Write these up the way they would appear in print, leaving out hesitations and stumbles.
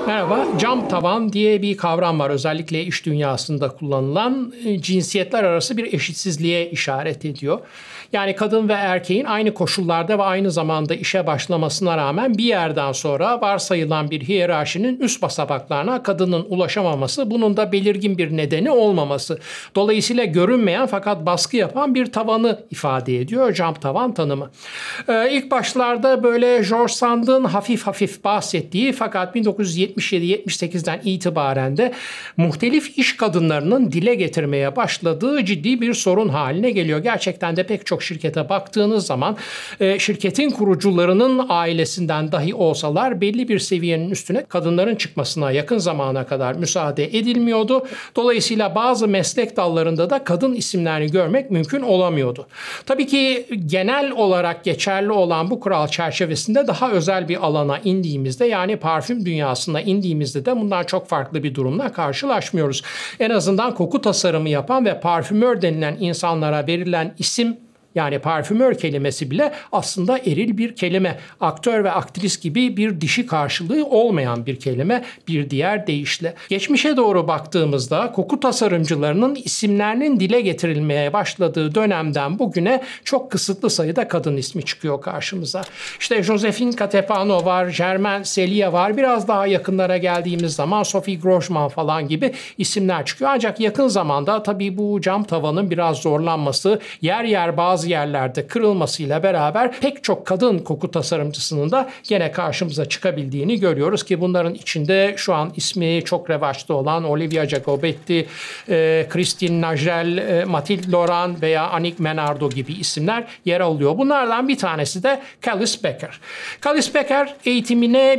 Merhaba, cam tavan diye bir kavram var. Özellikle iş dünyasında kullanılan cinsiyetler arası bir eşitsizliğe işaret ediyor. Yani kadın ve erkeğin aynı koşullarda ve aynı zamanda işe başlamasına rağmen bir yerden sonra varsayılan bir hiyerarşinin üst basamaklarına kadının ulaşamaması, bunun da belirgin bir nedeni olmaması. Dolayısıyla görünmeyen fakat baskı yapan bir tavanı ifade ediyor cam tavan tanımı. İlk başlarda böyle George Sand'ın hafif hafif bahsettiği fakat 1977-78'den itibaren de muhtelif iş kadınlarının dile getirmeye başladığı ciddi bir sorun haline geliyor. Gerçekten de pek çok şirkete baktığınız zaman şirketin kurucularının ailesinden dahi olsalar belli bir seviyenin üstüne kadınların çıkmasına yakın zamana kadar müsaade edilmiyordu. Dolayısıyla bazı meslek dallarında da kadın isimlerini görmek mümkün olamıyordu. Tabii ki genel olarak geçerli olan bu kural çerçevesinde daha özel bir alana indiğimizde, yani parfüm dünyasına indiğimizde de bundan çok farklı bir durumla karşılaşmıyoruz. En azından koku tasarımı yapan ve parfümör denilen insanlara verilen isim, yani parfümör kelimesi bile aslında eril bir kelime. Aktör ve aktris gibi bir dişi karşılığı olmayan bir kelime, bir diğer deyişle. Geçmişe doğru baktığımızda koku tasarımcılarının isimlerinin dile getirilmeye başladığı dönemden bugüne çok kısıtlı sayıda kadın ismi çıkıyor karşımıza. İşte Josephine Catepano var, Germaine Celia var. Biraz daha yakınlara geldiğimiz zaman Sophie Grossman falan gibi isimler çıkıyor. Ancak yakın zamanda tabii bu cam tavanın biraz zorlanması, yer yer bazı yerlerde kırılmasıyla beraber pek çok kadın koku tasarımcısının da gene karşımıza çıkabildiğini görüyoruz ki bunların içinde şu an ismi çok revaçta olan Olivia Jacobetti, Christine Nagel, Mathilde Laurent veya Annick Menardo gibi isimler yer alıyor. Bunlardan bir tanesi de Calice Becker. Calice Becker eğitimine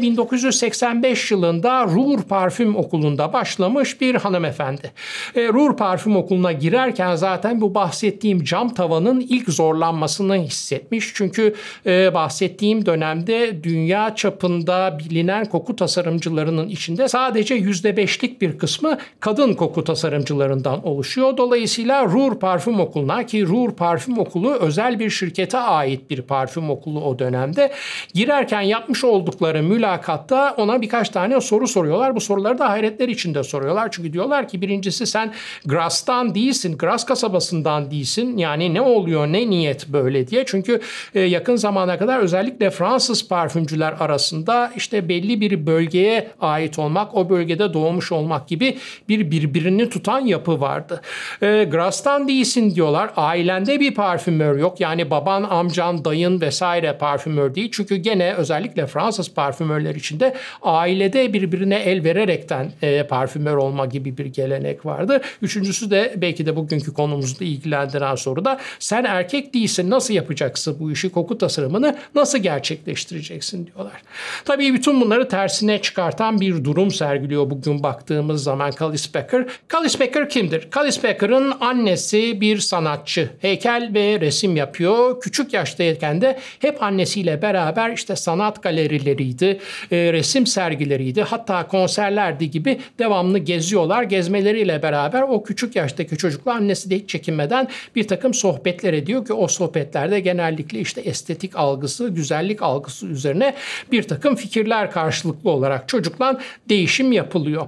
1985 yılında Ruhr Parfüm Okulu'nda başlamış bir hanımefendi. Ruhr Parfüm Okulu'na girerken zaten bu bahsettiğim cam tavanın ilk zorlanmasını hissetmiş. Çünkü bahsettiğim dönemde dünya çapında bilinen koku tasarımcılarının içinde sadece %5'lik bir kısmı kadın koku tasarımcılarından oluşuyor. Dolayısıyla Ruhr Parfüm Okulu'na, ki Ruhr Parfüm Okulu özel bir şirkete ait bir parfüm okulu o dönemde, girerken yapmış oldukları mülakatta ona birkaç tane soru soruyorlar. Bu soruları da hayretler içinde soruyorlar. Çünkü diyorlar ki birincisi sen Grass'tan değilsin, Grass kasabasından değilsin. Yani ne oluyor, ne niyet böyle diye. Çünkü yakın zamana kadar özellikle Fransız parfümcüler arasında işte belli bir bölgeye ait olmak, o bölgede doğmuş olmak gibi birbirini tutan yapı vardı. Grass'tan değilsin diyorlar. Ailende bir parfümör yok. Yani baban, amcan, dayın vesaire parfümör değil. Çünkü gene özellikle Fransız parfümörler içinde ailede birbirine el vererekten parfümör olma gibi bir gelenek vardı. Üçüncüsü de belki de bugünkü konumuzda ilgilendiren soru da sen erkek değilsin, nasıl yapacaksın bu işi, koku tasarımını nasıl gerçekleştireceksin diyorlar. Tabii bütün bunları tersine çıkartan bir durum sergiliyor bugün baktığımız zaman Calice Becker. Calice Becker kimdir? Calice Becker'ın annesi bir sanatçı. Heykel ve resim yapıyor. Küçük yaştayken de hep annesiyle beraber işte sanat galerileriydi, resim sergileriydi, hatta konserlerdi gibi devamlı geziyorlar. Gezmeleriyle beraber o küçük yaştaki çocukla annesi de hiç çekinmeden bir takım sohbetler ediyor ki o sohbetlerde genellikle işte estetik algısı, güzellik algısı üzerine bir takım fikirler karşılıklı olarak çocukla değişim yapılıyor.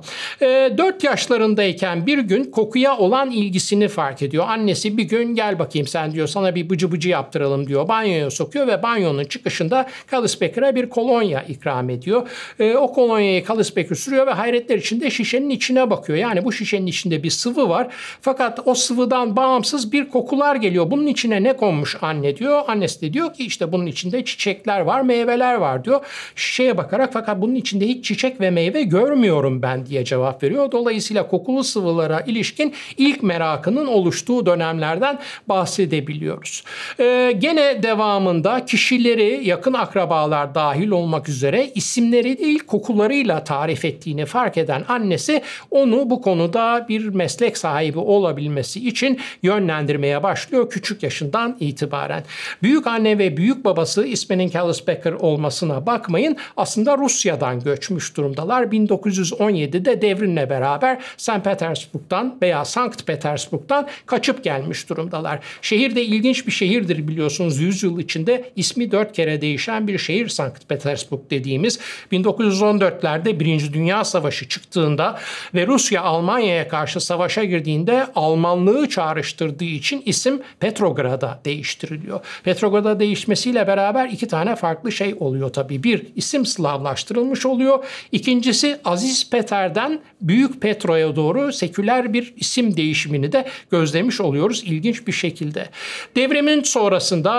4 yaşlarındayken bir gün kokuya olan ilgisini fark ediyor. Annesi bir gün gel bakayım sen diyor, sana bir bıcı bıcı yaptıralım diyor. Banyoya sokuyor ve banyonun çıkışında Calice Becker'a bir kolonya ikram ediyor. O kolonyayı Calice Becker sürüyor ve hayretler içinde şişenin içine bakıyor. Yani bu şişenin içinde bir sıvı var. Fakat o sıvıdan bağımsız bir kokular geliyor. Bunun içine ne konmuş anne diyor. Annesi de diyor ki işte bunun içinde çiçekler var, meyveler var diyor. Şişeye bakarak fakat bunun içinde hiç çiçek ve meyve görmüyorum ben diye cevap veriyor. Dolayısıyla kokulu sıvılara ilişkin ilk merakının oluştuğu dönemlerden bahsedebiliyoruz. Gene devamında kişileri, yakın akrabalar dahil olmak üzere isimleri değil kokularıyla tarif ettiğini fark eden annesi onu bu konuda bir meslek sahibi olabilmesi için yönlendirmeye başlıyor. Küçük yaşında yılından itibaren. Büyük anne ve büyük babası isminin Callis Becker olmasına bakmayın. Aslında Rusya'dan göçmüş durumdalar. 1917'de devrimle beraber St. Petersburg'dan veya Sankt Petersburg'dan kaçıp gelmiş durumdalar. Şehir de ilginç bir şehirdir biliyorsunuz. 100 yıl içinde ismi 4 kere değişen bir şehir Sankt Petersburg dediğimiz. 1914'lerde Birinci Dünya Savaşı çıktığında ve Rusya Almanya'ya karşı savaşa girdiğinde Almanlığı çağrıştırdığı için isim Petrograd'a değiştiriliyor. Petrograd'a değişmesiyle beraber iki tane farklı şey oluyor tabii. Bir, isim Slavlaştırılmış oluyor. İkincisi Aziz Peter'den Büyük Petro'ya doğru seküler bir isim değişimini de gözlemiş oluyoruz ilginç bir şekilde. Devrimin sonrasında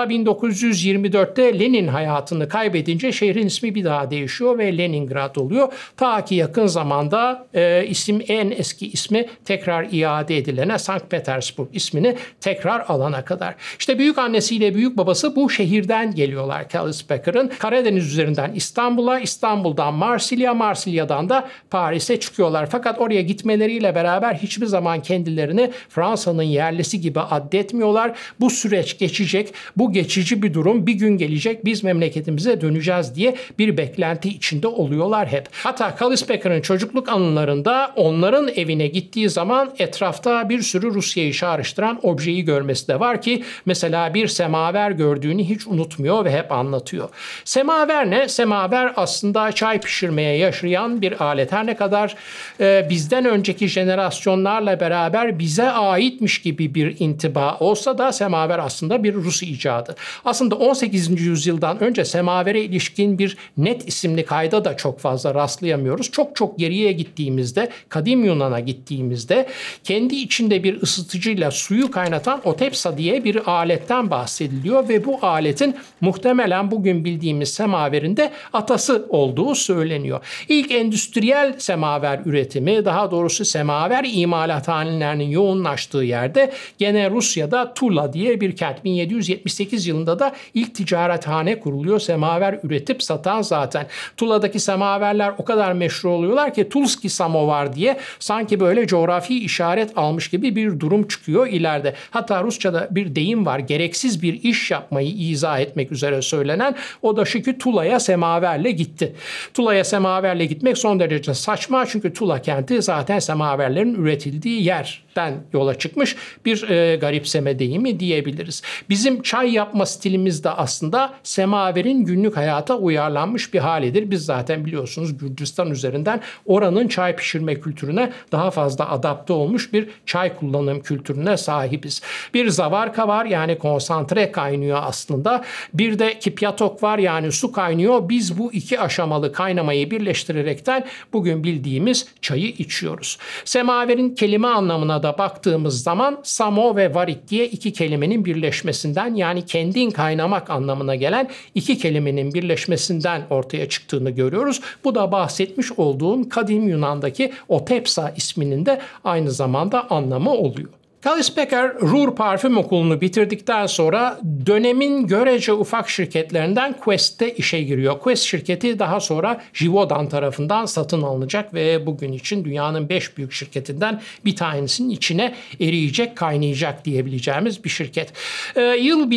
1924'te Lenin hayatını kaybedince şehrin ismi bir daha değişiyor ve Leningrad oluyor. Ta ki yakın zamanda isim en eski ismi tekrar iade edilene Sankt Petersburg ismini tekrar alana kadar. İşte büyük annesiyle büyük babası bu şehirden geliyorlar Callis Becker'ın. Karadeniz üzerinden İstanbul'a, İstanbul'dan Marsilya, Marsilya'dan da Paris'e çıkıyorlar. Fakat oraya gitmeleriyle beraber hiçbir zaman kendilerini Fransa'nın yerlisi gibi addetmiyorlar. Bu süreç geçecek, bu geçici bir durum, bir gün gelecek, biz memleketimize döneceğiz diye bir beklenti içinde oluyorlar hep. Hatta Callis Becker'ın çocukluk anılarında onların evine gittiği zaman etrafta bir sürü Rusya'yı çağrıştıran objeyi görmesi de var ki mesela bir semaver gördüğünü hiç unutmuyor ve hep anlatıyor. Semaver ne? Semaver aslında çay pişirmeye yaşayan bir alet. Her ne kadar bizden önceki jenerasyonlarla beraber bize aitmiş gibi bir intiba olsa da semaver aslında bir Rus icadı. Aslında 18. yüzyıldan önce semavere ilişkin bir net isimli kayda da çok fazla rastlayamıyoruz. Çok çok geriye gittiğimizde, kadim Yunan'a gittiğimizde kendi içinde bir ısıtıcıyla suyu kaynatan otepsa diye bir aletten bahsediliyor ve bu aletin muhtemelen bugün bildiğimiz semaverin de atası olduğu söyleniyor. İlk endüstriyel semaver üretimi, daha doğrusu semaver imalathanelerinin yoğunlaştığı yerde gene Rusya'da Tula diye bir kent. 1778 yılında da ilk ticarethane kuruluyor. Semaver üretip satan zaten. Tula'daki semaverler o kadar meşhur oluyorlar ki Tulski samovar diye sanki böyle coğrafi işaret almış gibi bir durum çıkıyor ileride. Hatta Rusça'da bir deyim var. Gereksiz bir iş yapmayı izah etmek üzere söylenen. O da şu ki Tula'ya semaverle gitti. Tula'ya semaverle gitmek son derece saçma çünkü Tula kenti zaten semaverlerin üretildiği yerden yola çıkmış bir garipseme deyimi diyebiliriz. Bizim çay yapma stilimiz de aslında semaverin günlük hayata uyarlanmış bir halidir. Biz zaten biliyorsunuz Gürcistan üzerinden oranın çay pişirme kültürüne daha fazla adapte olmuş bir çay kullanım kültürüne sahibiz. Bir zavarka var yani konsantre kaynıyor aslında. Bir de kipyatok var yani su kaynıyor. Biz bu iki aşamalı kaynamayı birleştirerekten bugün bildiğimiz çayı içiyoruz. Semaverin kelime anlamına da baktığımız zaman samo ve varik diye iki kelimenin birleşmesinden yani kendin kaynamak anlamına gelen iki kelimenin birleşmesinden ortaya çıktığını görüyoruz. Bu da bahsetmiş olduğum kadim Yunan'daki otepsa isminin de aynı zamanda anlamı oluyor. Callis Becker, Ruhr Parfüm Okulu'nu bitirdikten sonra dönemin görece ufak şirketlerinden Quest'te işe giriyor. Quest şirketi daha sonra Givaudan tarafından satın alınacak ve bugün için dünyanın 5 büyük şirketinden bir tanesinin içine eriyecek, kaynayacak diyebileceğimiz bir şirket. Yıl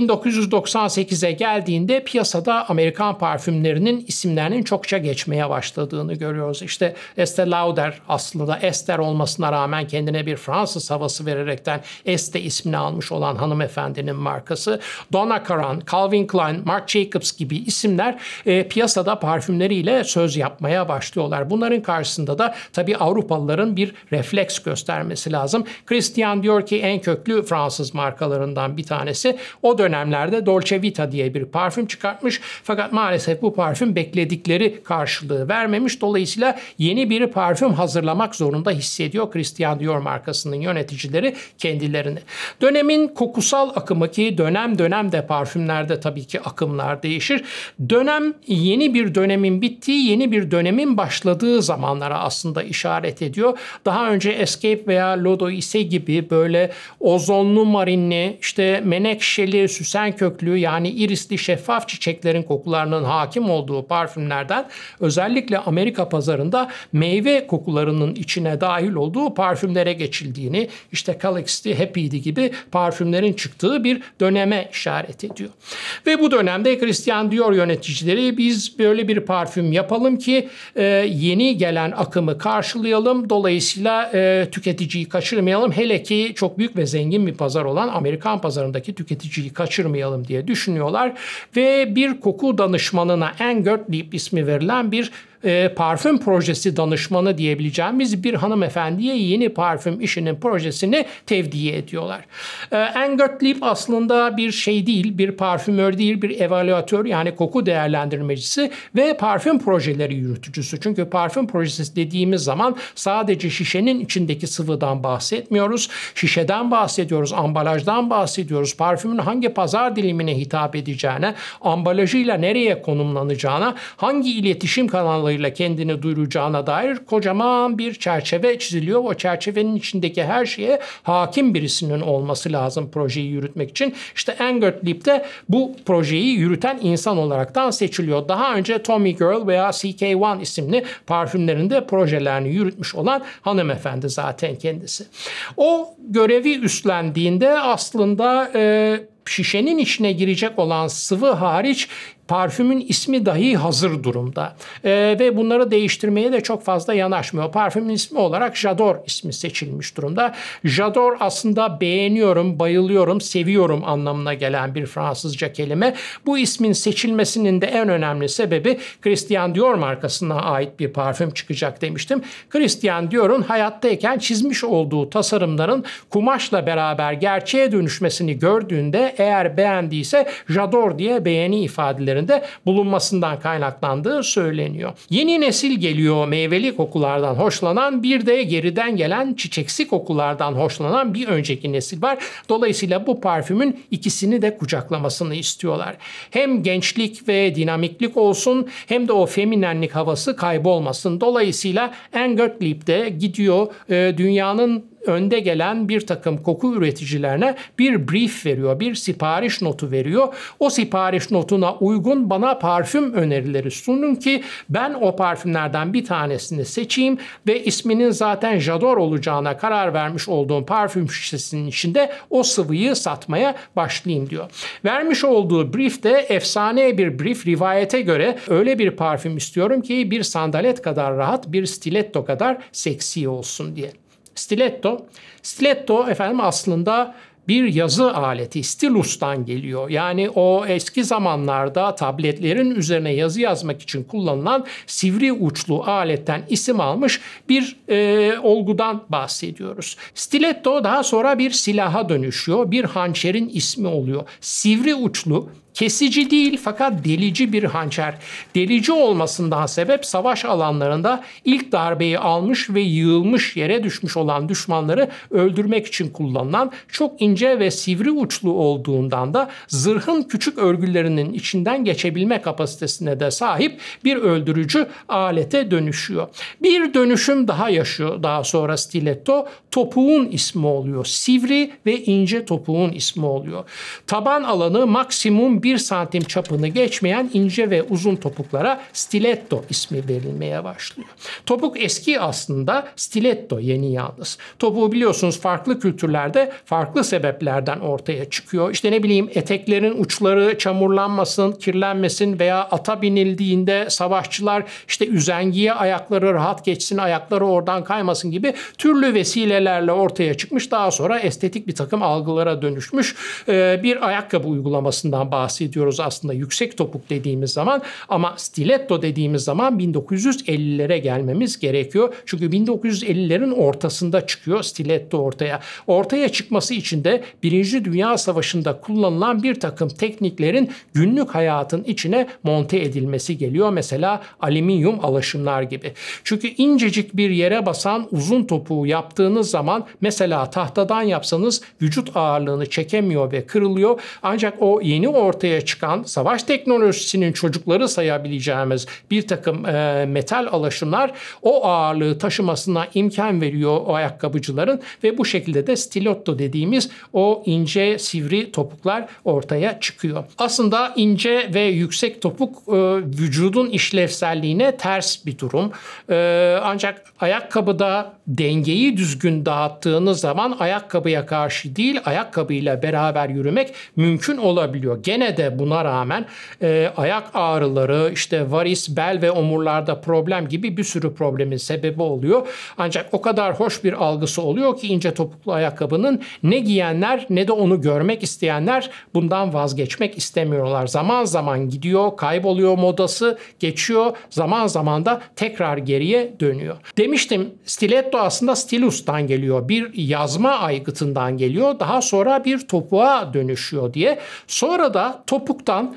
1998'e geldiğinde piyasada Amerikan parfümlerinin isimlerinin çokça geçmeye başladığını görüyoruz. İşte Estée Lauder aslında Esther olmasına rağmen kendine bir Fransız havası vererekten Estée ismini almış olan hanımefendinin markası. Donna Karan, Calvin Klein, Marc Jacobs gibi isimler piyasada parfümleriyle söz yapmaya başlıyorlar. Bunların karşısında da tabii Avrupalıların bir refleks göstermesi lazım. Christian Dior ki en köklü Fransız markalarından bir tanesi. O dönemlerde Dolce Vita diye bir parfüm çıkartmış. Fakat maalesef bu parfüm bekledikleri karşılığı vermemiş. Dolayısıyla yeni bir parfüm hazırlamak zorunda hissediyor Christian Dior markasının yöneticileri kendilerini. Dönemin kokusal akımı ki dönem dönem de parfümlerde tabii ki akımlar değişir. Dönem yeni bir dönemin bittiği, yeni bir dönemin başladığı zamanlara aslında işaret ediyor. Daha önce Escape veya Lodo Ise gibi böyle ozonlu marinli, işte menekşeli, süsen köklü yani irisli şeffaf çiçeklerin kokularının hakim olduğu parfümlerden özellikle Amerika pazarında meyve kokularının içine dahil olduğu parfümlere geçildiğini, işte Calyx Happy'di, Happy'di gibi parfümlerin çıktığı bir döneme işaret ediyor. Ve bu dönemde Christian Dior yöneticileri biz böyle bir parfüm yapalım ki yeni gelen akımı karşılayalım. Dolayısıyla tüketiciyi kaçırmayalım. Hele ki çok büyük ve zengin bir pazar olan Amerikan pazarındaki tüketiciyi kaçırmayalım diye düşünüyorlar. Ve bir koku danışmanına Anne Gottlieb ismi verilen bir parfüm projesi danışmanı diyebileceğimiz bir hanımefendiye yeni parfüm işinin projesini tevdi ediyorlar. Anne Gottlieb aslında bir şey değil, bir parfümör değil, bir evaluatör yani koku değerlendirmecisi ve parfüm projeleri yürütücüsü. Çünkü parfüm projesi dediğimiz zaman sadece şişenin içindeki sıvıdan bahsetmiyoruz. Şişeden bahsediyoruz, ambalajdan bahsediyoruz. Parfümün hangi pazar dilimine hitap edeceğine, ambalajıyla nereye konumlanacağına, hangi iletişim kanallarıyla kendini duyuracağına dair kocaman bir çerçeve çiziliyor. O çerçevenin içindeki her şeye hakim birisinin olması lazım projeyi yürütmek için. İşte Anne Gottlieb de bu projeyi yürüten insan olaraktan seçiliyor. Daha önce Tommy Girl veya CK1 isimli parfümlerinde projelerini yürütmüş olan hanımefendi zaten kendisi. O görevi üstlendiğinde aslında şişenin içine girecek olan sıvı hariç parfümün ismi dahi hazır durumda. Ve bunları değiştirmeye de çok fazla yanaşmıyor. Parfümün ismi olarak J'adore ismi seçilmiş durumda. J'adore aslında beğeniyorum, bayılıyorum, seviyorum anlamına gelen bir Fransızca kelime. Bu ismin seçilmesinin de en önemli sebebi Christian Dior markasına ait bir parfüm çıkacak demiştim. Christian Dior'un hayattayken çizmiş olduğu tasarımların kumaşla beraber gerçeğe dönüşmesini gördüğünde eğer beğendiyse J'adore diye beğeni ifadeleri bulunmasından kaynaklandığı söyleniyor. Yeni nesil geliyor meyveli kokulardan hoşlanan, bir de geriden gelen çiçeksi kokulardan hoşlanan bir önceki nesil var. Dolayısıyla bu parfümün ikisini de kucaklamasını istiyorlar. Hem gençlik ve dinamiklik olsun hem de o feminenlik havası kaybolmasın. Dolayısıyla Anne Gottlieb de gidiyor dünyanın önde gelen bir takım koku üreticilerine bir brief veriyor, bir sipariş notu veriyor. O sipariş notuna uygun bana parfüm önerileri sunun ki ben o parfümlerden bir tanesini seçeyim ve isminin zaten J'adore olacağına karar vermiş olduğum parfüm şişesinin içinde o sıvıyı satmaya başlayayım diyor. Vermiş olduğu brief de efsane bir brief. Rivayete göre öyle bir parfüm istiyorum ki bir sandalet kadar rahat, bir stiletto kadar seksi olsun diye. Stiletto efendim aslında bir yazı aleti, stilustan geliyor. Yani o eski zamanlarda tabletlerin üzerine yazı yazmak için kullanılan sivri uçlu aletten isim almış bir olgudan bahsediyoruz. Stiletto daha sonra bir silaha dönüşüyor. Bir hançerin ismi oluyor. Sivri uçlu, kesici değil fakat delici bir hançer. Delici olmasından sebep savaş alanlarında ilk darbeyi almış ve yığılmış yere düşmüş olan düşmanları öldürmek için kullanılan, çok ince ve sivri uçlu olduğundan da zırhın küçük örgülerinin içinden geçebilme kapasitesine de sahip bir öldürücü alete dönüşüyor. Bir dönüşüm daha yaşıyor daha sonra stiletto. Topuğun ismi oluyor. Sivri ve ince topuğun ismi oluyor. Taban alanı maksimum 1 santim çapını geçmeyen ince ve uzun topuklara stiletto ismi verilmeye başlıyor. Topuk eski aslında, stiletto yeni yalnız. Topuğu biliyorsunuz farklı kültürlerde farklı sebeplerden ortaya çıkıyor. İşte ne bileyim eteklerin uçları çamurlanmasın, kirlenmesin veya ata binildiğinde savaşçılar işte üzengiye ayakları rahat geçsin, ayakları oradan kaymasın gibi türlü vesilelerle ortaya çıkmış. Daha sonra estetik bir takım algılara dönüşmüş bir ayakkabı uygulamasından bahsediyoruz aslında yüksek topuk dediğimiz zaman, ama stiletto dediğimiz zaman 1950'lere gelmemiz gerekiyor. Çünkü 1950'lerin ortasında çıkıyor stiletto ortaya. Ortaya çıkması için de Birinci Dünya Savaşı'nda kullanılan bir takım tekniklerin günlük hayatın içine monte edilmesi geliyor. Mesela alüminyum alaşımlar gibi. Çünkü incecik bir yere basan uzun topuğu yaptığınız zaman mesela tahtadan yapsanız vücut ağırlığını çekemiyor ve kırılıyor. Ancak o yeni ortaya ortaya çıkan savaş teknolojisinin çocukları sayabileceğimiz bir takım metal alaşımlar o ağırlığı taşımasına imkan veriyor o ayakkabıcıların ve bu şekilde de stiletto dediğimiz o ince sivri topuklar ortaya çıkıyor. Aslında ince ve yüksek topuk vücudun işlevselliğine ters bir durum. Ancak ayakkabıda dengeyi düzgün dağıttığınız zaman ayakkabıya karşı değil, ayakkabıyla beraber yürümek mümkün olabiliyor. Gene de buna rağmen ayak ağrıları, işte varis, bel ve omurlarda problem gibi bir sürü problemin sebebi oluyor. Ancak o kadar hoş bir algısı oluyor ki ince topuklu ayakkabının ne giyenler ne de onu görmek isteyenler bundan vazgeçmek istemiyorlar. Zaman zaman gidiyor, kayboluyor modası, geçiyor. Zaman zaman da tekrar geriye dönüyor. Demiştim, stiletto aslında stilus'tan geliyor. Bir yazma aygıtından geliyor. Daha sonra bir topuğa dönüşüyor diye. Sonra da topuktan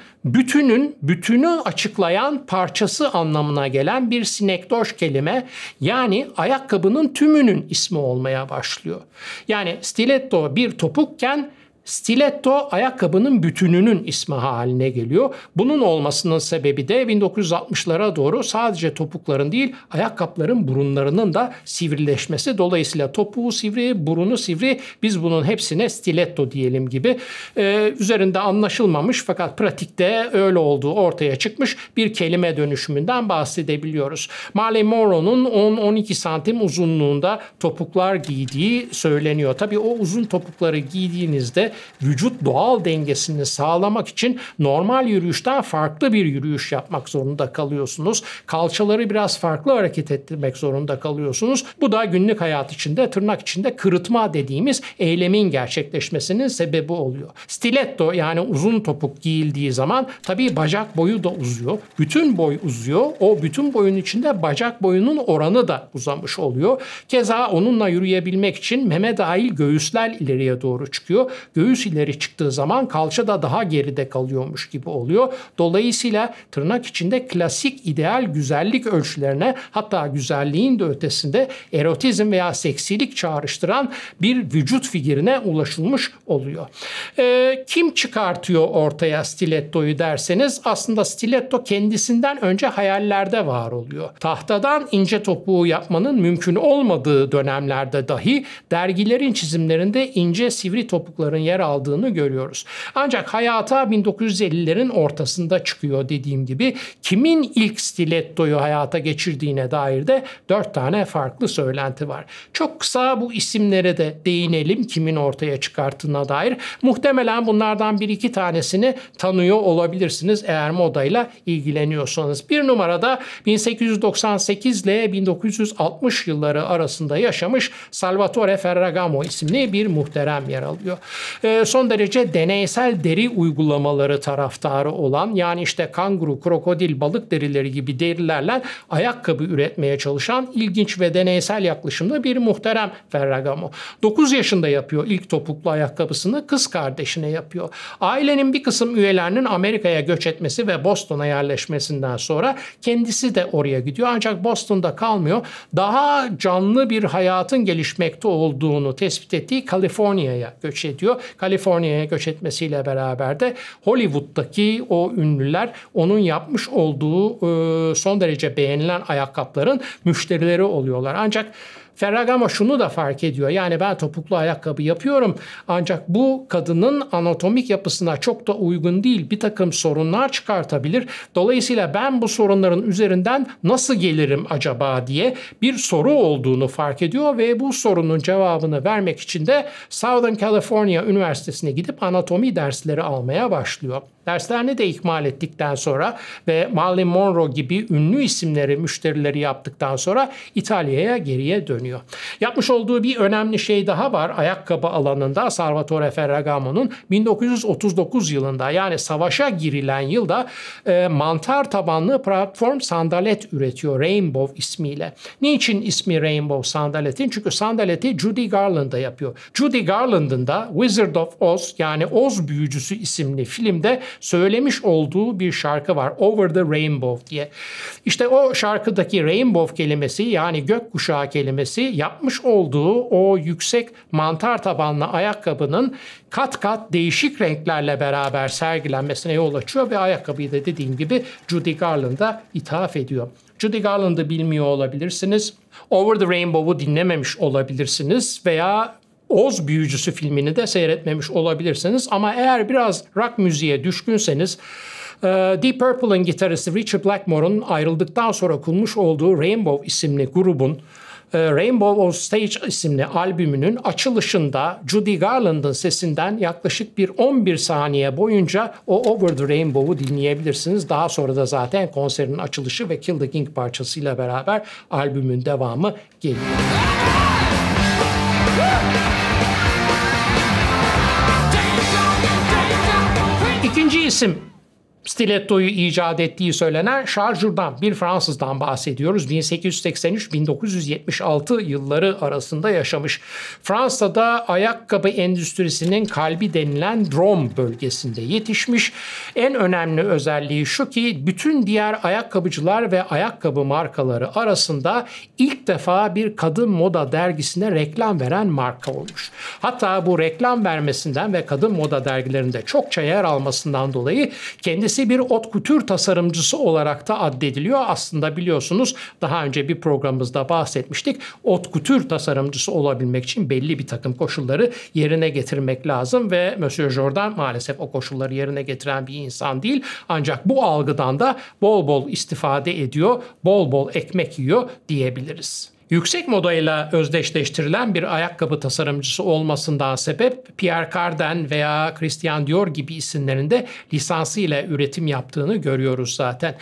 bütünü açıklayan parçası anlamına gelen bir sinekdoş kelime, yani ayakkabının tümünün ismi olmaya başlıyor. Yani stiletto bir topukken stiletto ayakkabının bütününün ismi haline geliyor. Bunun olmasının sebebi de 1960'lara doğru sadece topukların değil, ayakkabıların burunlarının da sivrileşmesi. Dolayısıyla topuğu sivri, burunu sivri, biz bunun hepsine stiletto diyelim gibi. Üzerinde anlaşılmamış fakat pratikte öyle olduğu ortaya çıkmış bir kelime dönüşümünden bahsedebiliyoruz. Marilyn Monroe'nun 10-12 santim uzunluğunda topuklar giydiği söyleniyor. Tabii o uzun topukları giydiğinizde vücut doğal dengesini sağlamak için normal yürüyüşten farklı bir yürüyüş yapmak zorunda kalıyorsunuz. Kalçaları biraz farklı hareket ettirmek zorunda kalıyorsunuz. Bu da günlük hayat içinde, tırnak içinde kırıtma dediğimiz eylemin gerçekleşmesinin sebebi oluyor. Stiletto, yani uzun topuk giyildiği zaman tabii bacak boyu da uzuyor. Bütün boy uzuyor. O bütün boyun içinde bacak boyunun oranı da uzamış oluyor. Keza onunla yürüyebilmek için meme dahil göğüsler ileriye doğru çıkıyor. Göğüs ileri çıktığı zaman kalça da daha geride kalıyormuş gibi oluyor. Dolayısıyla tırnak içinde klasik ideal güzellik ölçülerine, hatta güzelliğin de ötesinde erotizm veya seksilik çağrıştıran bir vücut figürüne ulaşılmış oluyor. Kim çıkartıyor ortaya stilettoyu derseniz, aslında stiletto kendisinden önce hayallerde var oluyor. Tahtadan ince topuğu yapmanın mümkün olmadığı dönemlerde dahi dergilerin çizimlerinde ince sivri topukların yer aldığını görüyoruz. Ancak hayata 1950'lerin ortasında çıkıyor dediğim gibi. Kimin ilk stilettoyu hayata geçirdiğine dair de 4 tane farklı söylenti var. Çok kısa bu isimlere de değinelim, kimin ortaya çıkarttığına dair. Muhtemelen bunlardan 1-2 tanesini tanıyor olabilirsiniz eğer modayla ilgileniyorsanız. Bir numarada 1898 ile 1960 yılları arasında yaşamış Salvatore Ferragamo isimli bir muhterem yer alıyor. Son derece deneysel deri uygulamaları taraftarı olan, yani işte kanguru, krokodil, balık derileri gibi derilerle ayakkabı üretmeye çalışan ilginç ve deneysel yaklaşımlı bir muhterem Ferragamo. 9 yaşında yapıyor ilk topuklu ayakkabısını, kız kardeşine yapıyor. Ailenin bir kısım üyelerinin Amerika'ya göç etmesi ve Boston'a yerleşmesinden sonra kendisi de oraya gidiyor. Ancak Boston'da kalmıyor. Daha canlı bir hayatın gelişmekte olduğunu tespit ettiği Kaliforniya'ya göç ediyor. Kaliforniya'ya göç etmesiyle beraber de Hollywood'daki o ünlüler onun yapmış olduğu son derece beğenilen ayakkabıların müşterileri oluyorlar. Ancak Ferragamo şunu da fark ediyor. Yani ben topuklu ayakkabı yapıyorum ancak bu kadının anatomik yapısına çok da uygun değil. Bir takım sorunlar çıkartabilir. Dolayısıyla ben bu sorunların üzerinden nasıl gelirim acaba diye bir soru olduğunu fark ediyor ve bu sorunun cevabını vermek için de Southern California Üniversitesi'ne gidip anatomi dersleri almaya başlıyor. Derslerini de ikmal ettikten sonra ve Marilyn Monroe gibi ünlü isimleri, müşterileri yaptıktan sonra İtalya'ya geriye dönüyor. Yapmış olduğu bir önemli şey daha var ayakkabı alanında. Salvatore Ferragamo'nun 1939 yılında, yani savaşa girilen yılda mantar tabanlı platform sandalet üretiyor Rainbow ismiyle. Niçin ismi Rainbow sandaletin? Çünkü sandaleti Judy Garland'a yapıyor. Judy Garland'ın da Wizard of Oz, yani Oz Büyücüsü isimli filmde söylemiş olduğu bir şarkı var, Over the Rainbow diye. İşte o şarkıdaki rainbow kelimesi, yani gökkuşağı kelimesi düşünmesi yapmış olduğu o yüksek mantar tabanlı ayakkabının kat kat değişik renklerle beraber sergilenmesine yol açıyor ve ayakkabıyı da dediğim gibi Judy Garland'a ithaf ediyor. Judy Garland'ı bilmiyor olabilirsiniz. Over the Rainbow'u dinlememiş olabilirsiniz veya Oz Büyücüsü filmini de seyretmemiş olabilirsiniz. Ama eğer biraz rock müziğe düşkünseniz Deep Purple'ın gitaristi Richard Blackmore'un ayrıldıktan sonra kurmuş olduğu Rainbow isimli grubun Rainbow on Stage isimli albümünün açılışında Judy Garland'ın sesinden yaklaşık bir 11 saniye boyunca o Over the Rainbow'u dinleyebilirsiniz. Daha sonra da zaten konserin açılışı ve Kill the King parçasıyla beraber albümün devamı geliyor. İkinci isim stilettoyu icat ettiği söylenen Charles Jourdan, bir Fransızdan bahsediyoruz. 1883-1976 yılları arasında yaşamış. Fransa'da ayakkabı endüstrisinin kalbi denilen Drôme bölgesinde yetişmiş. En önemli özelliği şu ki bütün diğer ayakkabıcılar ve ayakkabı markaları arasında ilk defa bir kadın moda dergisine reklam veren marka olmuş. Hatta bu reklam vermesinden ve kadın moda dergilerinde çokça yer almasından dolayı kendisi bir haute couture tasarımcısı olarak da addediliyor. Aslında biliyorsunuz daha önce bir programımızda bahsetmiştik. Haute couture tasarımcısı olabilmek için belli bir takım koşulları yerine getirmek lazım ve Monsieur Jourdan maalesef o koşulları yerine getiren bir insan değil. Ancak bu algıdan da bol bol istifade ediyor, bol bol ekmek yiyor diyebiliriz. Yüksek modayla özdeşleştirilen bir ayakkabı tasarımcısı olmasından sebep Pierre Cardin veya Christian Dior gibi isimlerinde lisansıyla üretim yaptığını görüyoruz zaten.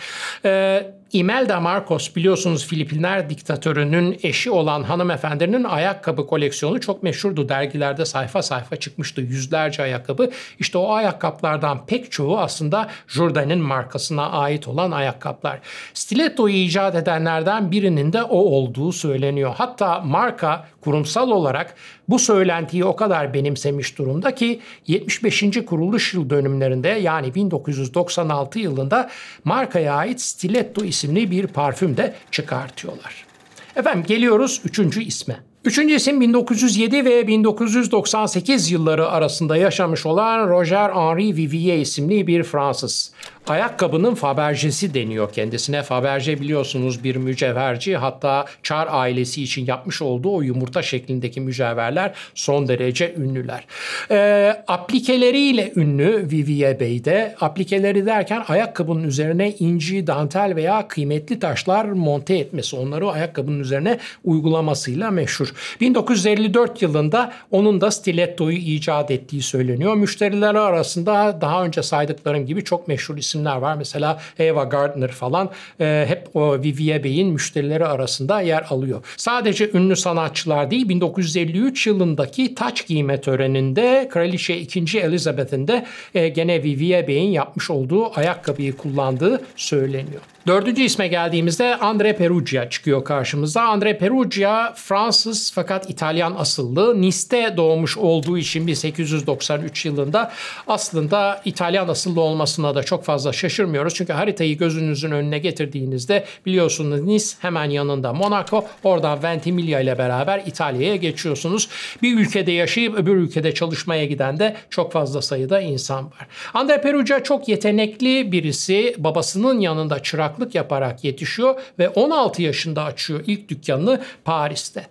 Imelda Marcos biliyorsunuz Filipinler diktatörünün eşi olan hanımefendinin ayakkabı koleksiyonu çok meşhurdu. Dergilerde sayfa sayfa çıkmıştı yüzlerce ayakkabı. İşte o ayakkabılardan pek çoğu aslında Jourdan'ın markasına ait olan ayakkabılar. Stiletto'yu icat edenlerden birinin de o olduğu söyleniyor. Hatta marka kurumsal olarak bu söylentiyi o kadar benimsemiş durumda ki 75. kuruluş yıl dönümlerinde yani 1996 yılında markaya ait Stiletto isimli bir parfüm de çıkartıyorlar. Efendim geliyoruz 3. isme. Üçüncü isim 1907 ve 1998 yılları arasında yaşamış olan Roger-Henri Vivier isimli bir Fransız. Ayakkabının Fabergé'si deniyor kendisine. Fabergé biliyorsunuz bir mücevherci, hatta Çar ailesi için yapmış olduğu o yumurta şeklindeki mücevherler son derece ünlüler. Aplikeleriyle ünlü Vivier Bey de. Aplikeleri derken ayakkabının üzerine inci, dantel veya kıymetli taşlar monte etmesi, onları ayakkabının üzerine uygulamasıyla meşhur. 1954 yılında onun da stilettoyu icat ettiği söyleniyor. Müşterileri arasında daha önce saydıklarım gibi çok meşhur isimler var. Mesela Ava Gardner falan hep o Vivier Bey'in müşterileri arasında yer alıyor. Sadece ünlü sanatçılar değil, 1953 yılındaki taç giyme töreninde Kraliçe 2. Elizabeth'in de gene Vivier Bey'in yapmış olduğu ayakkabıyı kullandığı söyleniyor. Dördüncü isme geldiğimizde André Perugia çıkıyor karşımıza. André Perugia Fransız fakat İtalyan asıllı. Nice'te doğmuş olduğu için 1893 yılında aslında İtalyan asıllı olmasına da çok fazla şaşırmıyoruz. Çünkü haritayı gözünüzün önüne getirdiğinizde biliyorsunuz Nice hemen yanında Monaco, oradan Ventimiglia ile beraber İtalya'ya geçiyorsunuz. Bir ülkede yaşayıp öbür ülkede çalışmaya giden de çok fazla sayıda insan var. André Perugia çok yetenekli birisi. Babasının yanında çıraklık yaparak yetişiyor ve 16 yaşında açıyor ilk dükkanını Paris'te.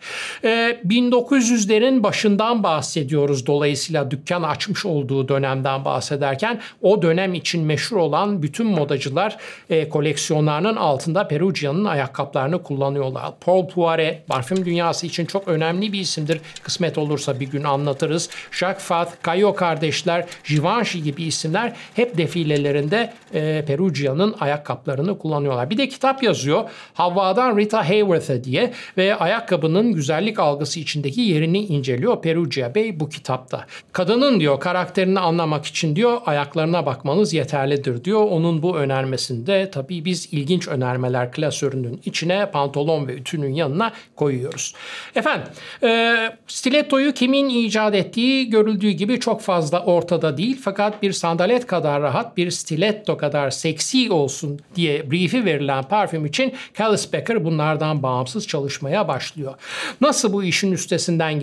1900'lerin başından bahsediyoruz, dolayısıyla dükkan açmış olduğu dönemden bahsederken o dönem için meşhur olan bütün modacılar koleksiyonlarının altında Perugia'nın ayakkabılarını kullanıyorlar. Paul Poiret parfüm dünyası için çok önemli bir isimdir. Kısmet olursa bir gün anlatırız. Jacques Fath, Caillot kardeşler, Givenchy gibi isimler hep defilelerinde Perugia'nın ayakkabılarını kullanıyorlar. Bir de kitap yazıyor. Havva'dan Rita Hayworth'a diye ve ayakkabının güzellik algısı içindeki yerini inceliyor Perugia Bey bu kitapta. Kadının diyor karakterini anlamak için diyor ayaklarına bakmanız yeterlidir diyor. diyor. Onun bu önermesinde tabii biz ilginç önermeler klasörünün içine pantolon ve ütünün yanına koyuyoruz. Efendim, stilettoyu kimin icat ettiği görüldüğü gibi çok fazla ortada değil. Fakat bir sandalet kadar rahat, bir stiletto kadar seksi olsun diye brief'i verilen parfüm için Callis Becker bunlardan bağımsız çalışmaya başlıyor. Nasıl bu işin üstesinden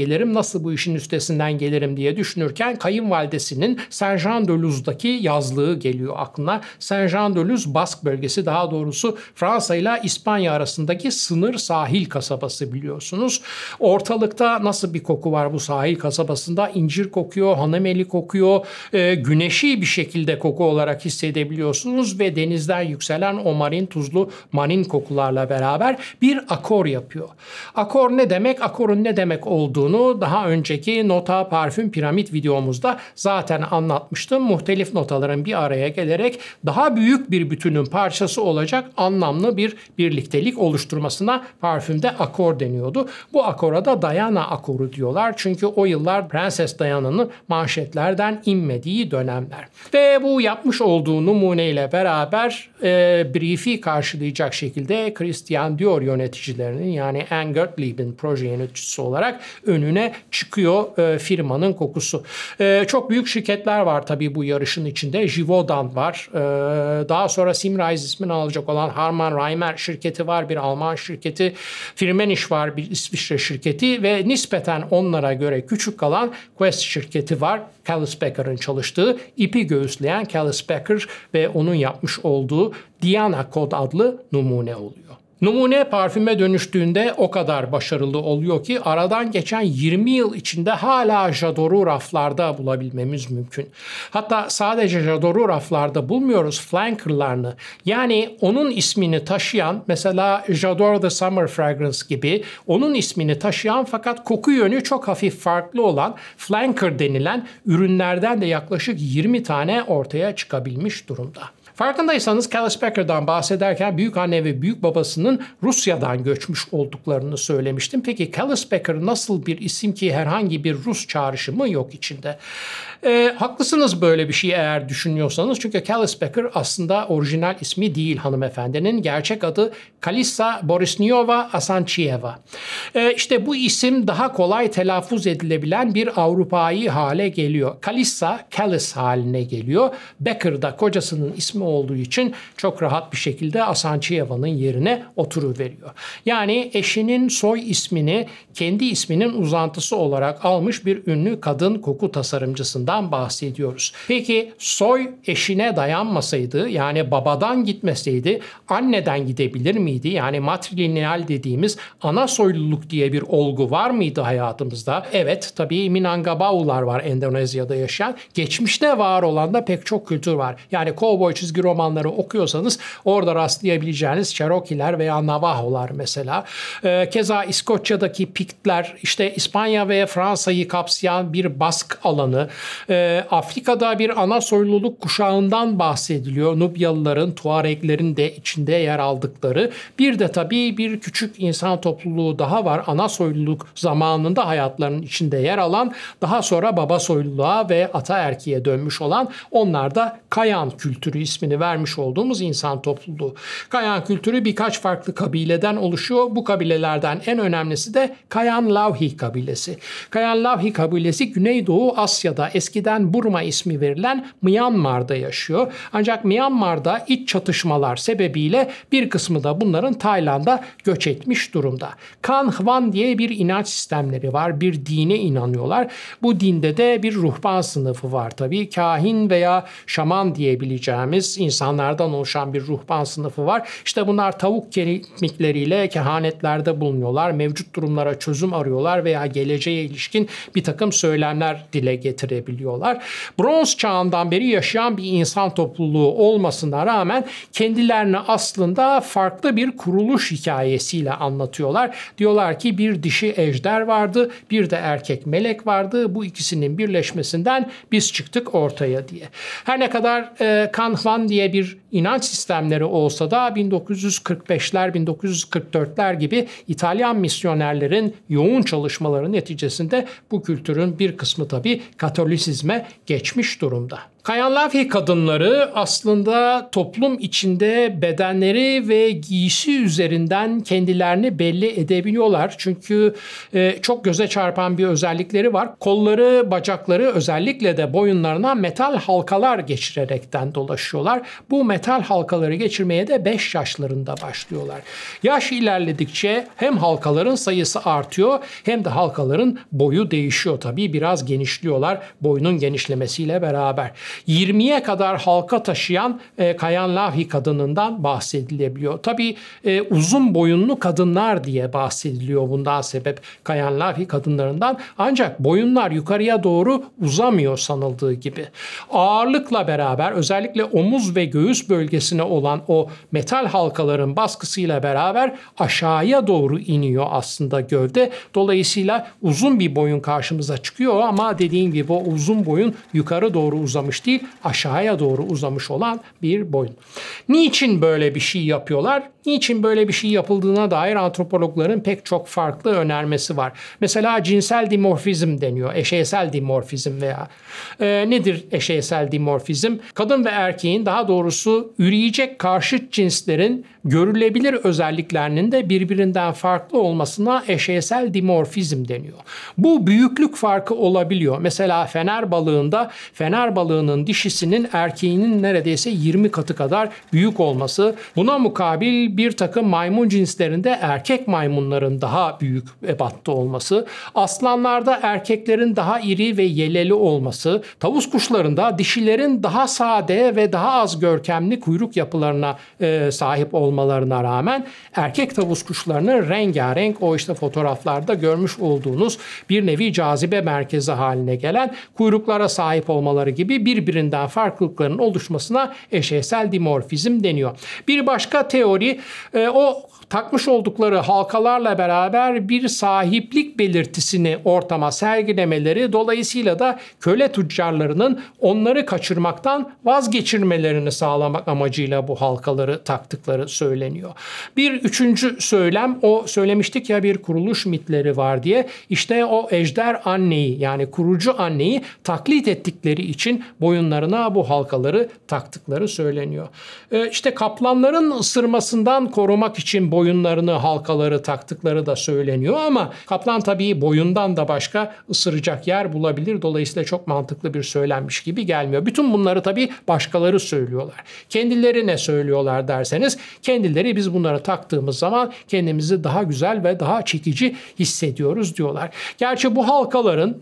gelirim diye düşünürken kayınvalidesinin Saint-Jean-de-Luz'daki yazlığı geliyor aklına. Saint-Jean-de-Luz Bask bölgesi, daha doğrusu Fransa ile İspanya arasındaki sınır sahil kasabası biliyorsunuz. Ortalıkta nasıl bir koku var bu sahil kasabasında? İncir kokuyor, hanımeli kokuyor, güneşi bir şekilde koku olarak hissedebiliyorsunuz ve denizden yükselen o marin tuzlu marin kokularla beraber bir akor yapıyor. Akor ne demek? Akorun ne demek olduğunu daha önceki nota parfüm piramit videomuzda zaten anlatmıştım. Muhtelif notaların bir araya gelerek daha büyük bir bütünün parçası olacak anlamlı bir birliktelik oluşturmasına parfümde akor deniyordu. Bu akora da Diana akoru diyorlar. Çünkü o yıllar Prenses Diana'nın manşetlerden inmediği dönemler. Ve bu yapmış olduğu numuneyle beraber brief'i karşılayacak şekilde Christian Dior yöneticilerinin, yani Anne Gottlieb'in proje yöneticisi olarak önüne çıkıyor firmanın kokusu. Çok büyük şirketler var tabii bu yarışın içinde. Givaudan var. Daha sonra Symrise ismini alacak olan Harman Reimer şirketi var, bir Alman şirketi. Firmenich var, bir İsviçre şirketi ve nispeten onlara göre küçük kalan Quest şirketi var. Callis Becker'ın çalıştığı, ipi göğüsleyen Callis Becker ve onun yapmış olduğu Diana Kod adlı numune oluyor. Numune parfüme dönüştüğünde o kadar başarılı oluyor ki aradan geçen 20 yıl içinde hala J'ador'u raflarda bulabilmemiz mümkün. Hatta sadece J'ador'u raflarda bulmuyoruz, flankerlarını, yani onun ismini taşıyan, mesela J'ador The Summer Fragrance gibi onun ismini taşıyan fakat koku yönü çok hafif farklı olan flanker denilen ürünlerden de yaklaşık 20 tane ortaya çıkabilmiş durumda. Farkındaysanız Callis Becker'dan bahsederken büyükanne ve büyük babasının Rusya'dan göçmüş olduklarını söylemiştim. Peki Callis Becker nasıl bir isim ki herhangi bir Rus çağrışımı yok içinde? Haklısınız böyle bir şey eğer düşünüyorsanız. Çünkü Callis Becker aslında orijinal ismi değil hanımefendinin. Gerçek adı Kalissa Borisnyova Asanchiyeva. İşte bu isim daha kolay telaffuz edilebilen bir Avrupa'yı hale geliyor. Kalissa, Callis haline geliyor. Becker da kocasının ismi olduğu için çok rahat bir şekilde Asanchiyeva'nın yerine oturuveriyor. Yani eşinin soy ismini kendi isminin uzantısı olarak almış bir ünlü kadın koku tasarımcısından bahsediyoruz. Peki soy eşine dayanmasaydı, yani babadan gitmeseydi anneden gidebilir miydi? Yani matrilineal dediğimiz ana soyluluk diye bir olgu var mıydı hayatımızda? Evet, tabii Minangkabaular var Endonezya'da yaşayan. Geçmişte var olan da pek çok kültür var. Yani kovboy çizgi romanları okuyorsanız orada rastlayabileceğiniz Cherokee'ler veya Navajo'lar mesela. Keza İskoçya'daki Piktler, işte İspanya ve Fransa'yı kapsayan bir Bask alanı. Afrika'da bir ana soyluluk kuşağından bahsediliyor. Nubyalıların, Tuareglerin de içinde yer aldıkları. Bir de tabii bir küçük insan topluluğu daha var. Ana soyluluk zamanında hayatlarının içinde yer alan, daha sonra baba soyluluğa ve ataerkiye dönmüş olan, onlar da Kayan kültürü ismini vermiş olduğumuz insan topluluğu. Kayan kültürü birkaç farklı kabileden oluşuyor. Bu kabilelerden en önemlisi de Kayan Lavhi kabilesi. Kayan Lavhi kabilesi Güneydoğu Asya'da, eskiden Burma ismi verilen Myanmar'da yaşıyor. Ancak Myanmar'da iç çatışmalar sebebiyle bir kısmı da bunların Tayland'a göç etmiş durumda. Kan Hvan diye bir inanç sistemleri var. Bir dine inanıyorlar. Bu dinde de bir ruhban sınıfı var tabii. Kahin veya şaman diyebileceğimiz insanlardan oluşan bir ruhban sınıfı var. İşte bunlar tavuk kemikleriyle kehanetlerde bulunuyorlar. Mevcut durumlara çözüm arıyorlar veya geleceğe ilişkin bir takım söylemler dile getirebiliyorlar. Bronz çağından beri yaşayan bir insan topluluğu olmasına rağmen kendilerini aslında farklı bir kuruluş hikayesiyle anlatıyorlar. Diyorlar ki bir dişi ejder vardı, bir de erkek melek vardı. Bu ikisinin birleşmesinden biz çıktık ortaya diye. Her ne kadar Kan Hvan diye bir inanç sistemleri olsa da 1945'ler, 1944'ler gibi İtalyan misyonerlerin yoğun çalışmaları neticesinde bu kültürün bir kısmı tabii Katolisizme geçmiş durumda. Kayanlavi kadınları aslında toplum içinde bedenleri ve giysi üzerinden kendilerini belli edebiliyorlar. Çünkü çok göze çarpan bir özellikleri var. Kolları, bacakları, özellikle de boyunlarına metal halkalar geçirerekten dolaşıyorlar. Bu metal halkaları geçirmeye de 5 yaşlarında başlıyorlar. Yaş ilerledikçe hem halkaların sayısı artıyor hem de halkaların boyu değişiyor tabii. Biraz genişliyorlar boyunun genişlemesiyle beraber. 20'ye kadar halka taşıyan Kayanlavi kadınından bahsedilebiliyor. Tabii uzun boyunlu kadınlar diye bahsediliyor bundan sebep Kayanlavi kadınlarından. Ancak boyunlar yukarıya doğru uzamıyor sanıldığı gibi. Ağırlıkla beraber özellikle omuz ve göğüs bölgesine olan o metal halkaların baskısıyla beraber aşağıya doğru iniyor aslında gövde. Dolayısıyla uzun bir boyun karşımıza çıkıyor ama dediğim gibi o uzun boyun yukarı doğru uzamış değil, aşağıya doğru uzamış olan bir boyun. Niçin böyle bir şey yapıyorlar? Niçin böyle bir şey yapıldığına dair antropologların pek çok farklı önermesi var. Mesela cinsel dimorfizm deniyor. Eşeysel dimorfizm veya nedir eşeysel dimorfizm? Kadın ve erkeğin, daha doğrusu üreyecek karşıt cinslerin görülebilir özelliklerinin de birbirinden farklı olmasına eşeysel dimorfizm deniyor. Bu büyüklük farkı olabiliyor. Mesela fener balığının dişisinin erkeğinin neredeyse 20 katı kadar büyük olması. Buna mukabil bir takım maymun cinslerinde erkek maymunların daha büyük ebatta olması. Aslanlarda erkeklerin daha iri ve yeleli olması. Tavus kuşlarında dişilerin daha sade ve daha az görkemli kuyruk yapılarına sahip olmalarına rağmen erkek tavus kuşlarının rengarenk, o işte fotoğraflarda görmüş olduğunuz bir nevi cazibe merkezi haline gelen kuyruklara sahip olmaları gibi birbirinden farklılıkların oluşmasına eşeysel dimorfizm deniyor. Bir başka teori o takmış oldukları halkalarla beraber bir sahiplik belirtisini ortama sergilemeleri, dolayısıyla da köle tüccarlarının onları kaçırmaktan vazgeçirmelerini sağlamak amacıyla bu halkaları taktıkları söyleniyor. Bir üçüncü söylem, o söylemiştik ya bir kuruluş mitleri var diye, işte o ejder anneyi, yani kurucu anneyi taklit ettikleri için boyunlarına bu halkaları taktıkları söyleniyor. İşte kaplanların ısırmasından korumak için boyunlarını, halkaları taktıkları da söyleniyor ama kaplan tabii boyundan da başka ısıracak yer bulabilir. Dolayısıyla çok mantıklı bir söylenmiş gibi gelmiyor. Bütün bunları tabii başkaları söylüyorlar. Kendileri ne söylüyorlar derseniz, kendileri biz bunları taktığımız zaman kendimizi daha güzel ve daha çekici hissediyoruz diyorlar. Gerçi bu halkaların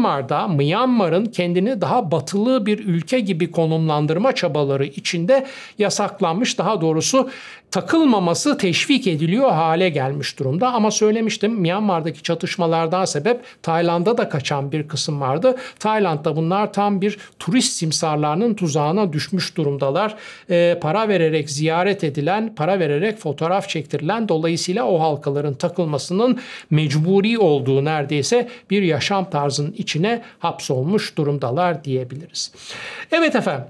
Myanmar'ın kendini daha batılı bir ülke gibi konumlandırma çabaları içinde yasaklanmış, daha doğrusu takılmaması teşvik ediliyor hale gelmiş durumda. Ama söylemiştim, Myanmar'daki çatışmalardan sebep Tayland'a da kaçan bir kısım vardı. Tayland'da bunlar tam bir turist simsarlarının tuzağına düşmüş durumdalar. Para vererek ziyaret edilen, para vererek fotoğraf çektirilen, dolayısıyla o halkaların takılmasının mecburi olduğu neredeyse bir yaşam tarzının içine hapsolmuş durumdalar diyebiliriz. Evet efendim.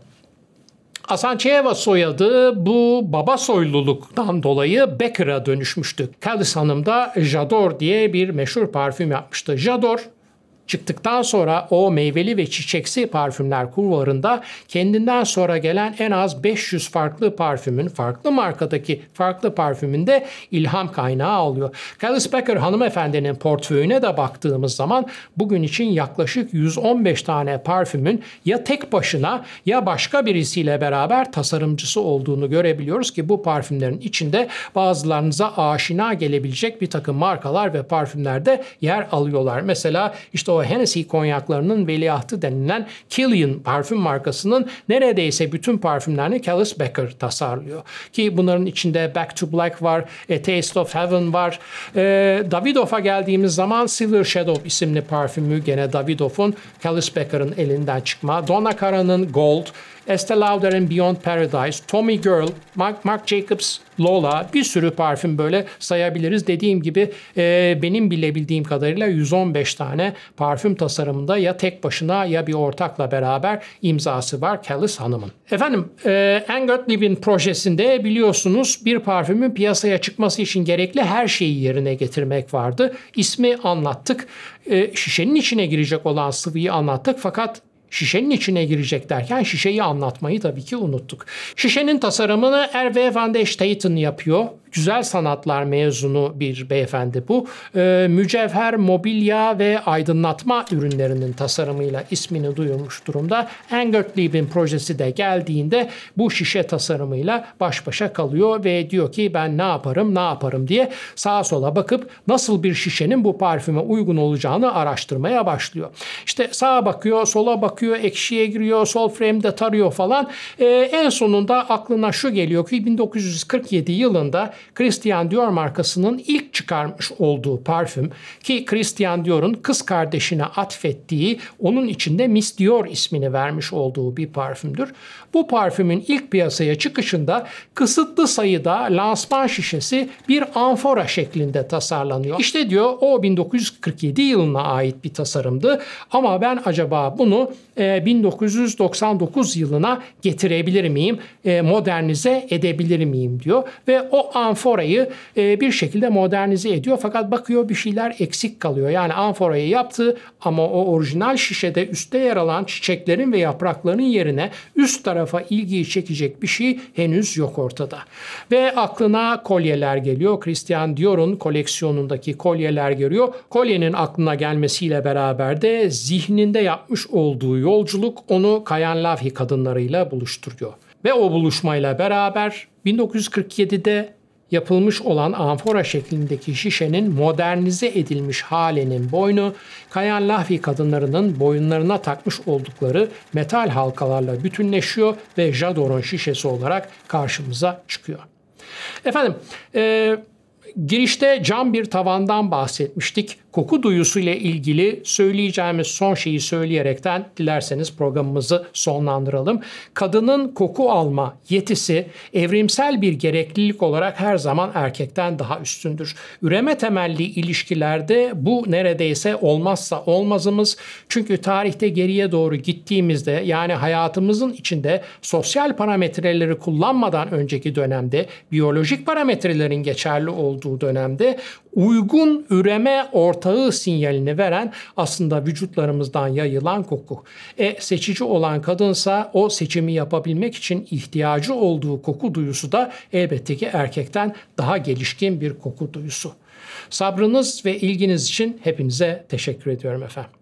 Asancheva soyadı bu baba soyluluktan dolayı Becker'a dönüşmüştü. Callis Hanım da J'adore diye bir meşhur parfüm yapmıştı. J'adore çıktıktan sonra o meyveli ve çiçeksi parfümler kulvarında kendinden sonra gelen en az 500 farklı parfümün, farklı markadaki farklı parfümün de ilham kaynağı alıyor. Callis Becker hanımefendinin portföyüne de baktığımız zaman bugün için yaklaşık 115 tane parfümün ya tek başına ya başka birisiyle beraber tasarımcısı olduğunu görebiliyoruz ki bu parfümlerin içinde bazılarınıza aşina gelebilecek bir takım markalar ve parfümler de yer alıyorlar. Mesela işte o Hennessy konyaklarının veliahtı denilen Killian parfüm markasının neredeyse bütün parfümlerini Callis Becker tasarlıyor. Ki bunların içinde Back to Black var, A Taste of Heaven var. Davidoff'a geldiğimiz zaman Silver Shadow isimli parfümü gene Davidoff'un, Callis Becker'ın elinden çıkma. Donna Karan'ın Gold, Estee Lauder'in Beyond Paradise, Tommy Girl, Marc Jacobs Lola, bir sürü parfüm böyle sayabiliriz. Dediğim gibi benim bilebildiğim kadarıyla 115 tane parfüm tasarımında ya tek başına ya bir ortakla beraber imzası var Callis Hanım'ın. Efendim, Engert Living projesinde biliyorsunuz bir parfümün piyasaya çıkması için gerekli her şeyi yerine getirmek vardı. İsmi anlattık, şişenin içine girecek olan sıvıyı anlattık, fakat şişenin içine girecek derken şişeyi anlatmayı tabii ki unuttuk. Şişenin tasarımını Hervé van der Staeten yapıyor. Güzel sanatlar mezunu bir beyefendi bu. Mücevher, mobilya ve aydınlatma ürünlerinin tasarımıyla ismini duyurmuş durumda. Engert Living projesi de geldiğinde bu şişe tasarımıyla baş başa kalıyor ve diyor ki ben ne yaparım diye sağa sola bakıp nasıl bir şişenin bu parfüme uygun olacağını araştırmaya başlıyor. İşte sağa bakıyor, sola bakıyor, ekşiye giriyor, sol frame'de tarıyor falan. En sonunda aklına şu geliyor ki 1947 yılında Christian Dior markasının ilk çıkarmış olduğu parfüm, ki Christian Dior'un kız kardeşine atfettiği, onun içinde Miss Dior ismini vermiş olduğu bir parfümdür. Bu parfümün ilk piyasaya çıkışında kısıtlı sayıda lansman şişesi bir amfora şeklinde tasarlanıyor. İşte diyor o 1947 yılına ait bir tasarımdı ama ben acaba bunu 1999 yılına getirebilir miyim, modernize edebilir miyim diyor ve o amforayı bir şekilde modernize ediyor, fakat bakıyor bir şeyler eksik kalıyor. Yani amforayı yaptı ama o orijinal şişede üstte yer alan çiçeklerin ve yaprakların yerine üst tarafa ilgiyi çekecek bir şey henüz yok ortada. Ve aklına kolyeler geliyor. Christian Dior'un koleksiyonundaki kolyeler geliyor. Kolyenin aklına gelmesiyle beraber de zihninde yapmış olduğu yolculuk onu Kayan Lavhi kadınlarıyla buluşturuyor. Ve o buluşmayla beraber 1947'de yapılmış olan amfora şeklindeki şişenin modernize edilmiş halinin boynu, Kayan Lavhi kadınlarının boyunlarına takmış oldukları metal halkalarla bütünleşiyor ve J'ador'un şişesi olarak karşımıza çıkıyor. Efendim, girişte cam bir tavandan bahsetmiştik. Koku duyusuyla ilgili söyleyeceğimiz son şeyi söyleyerekten dilerseniz programımızı sonlandıralım. Kadının koku alma yetisi evrimsel bir gereklilik olarak her zaman erkekten daha üstündür. Üreme temelli ilişkilerde bu neredeyse olmazsa olmazımız. Çünkü tarihte geriye doğru gittiğimizde, yani hayatımızın içinde sosyal parametreleri kullanmadan önceki dönemde, biyolojik parametrelerin geçerli olduğu dönemde uygun üreme ortağı sinyalini veren aslında vücutlarımızdan yayılan koku. Seçici olan kadınsa o seçimi yapabilmek için ihtiyacı olduğu koku duyusu da elbette ki erkekten daha gelişkin bir koku duyusu. Sabrınız ve ilginiz için hepinize teşekkür ediyorum efendim.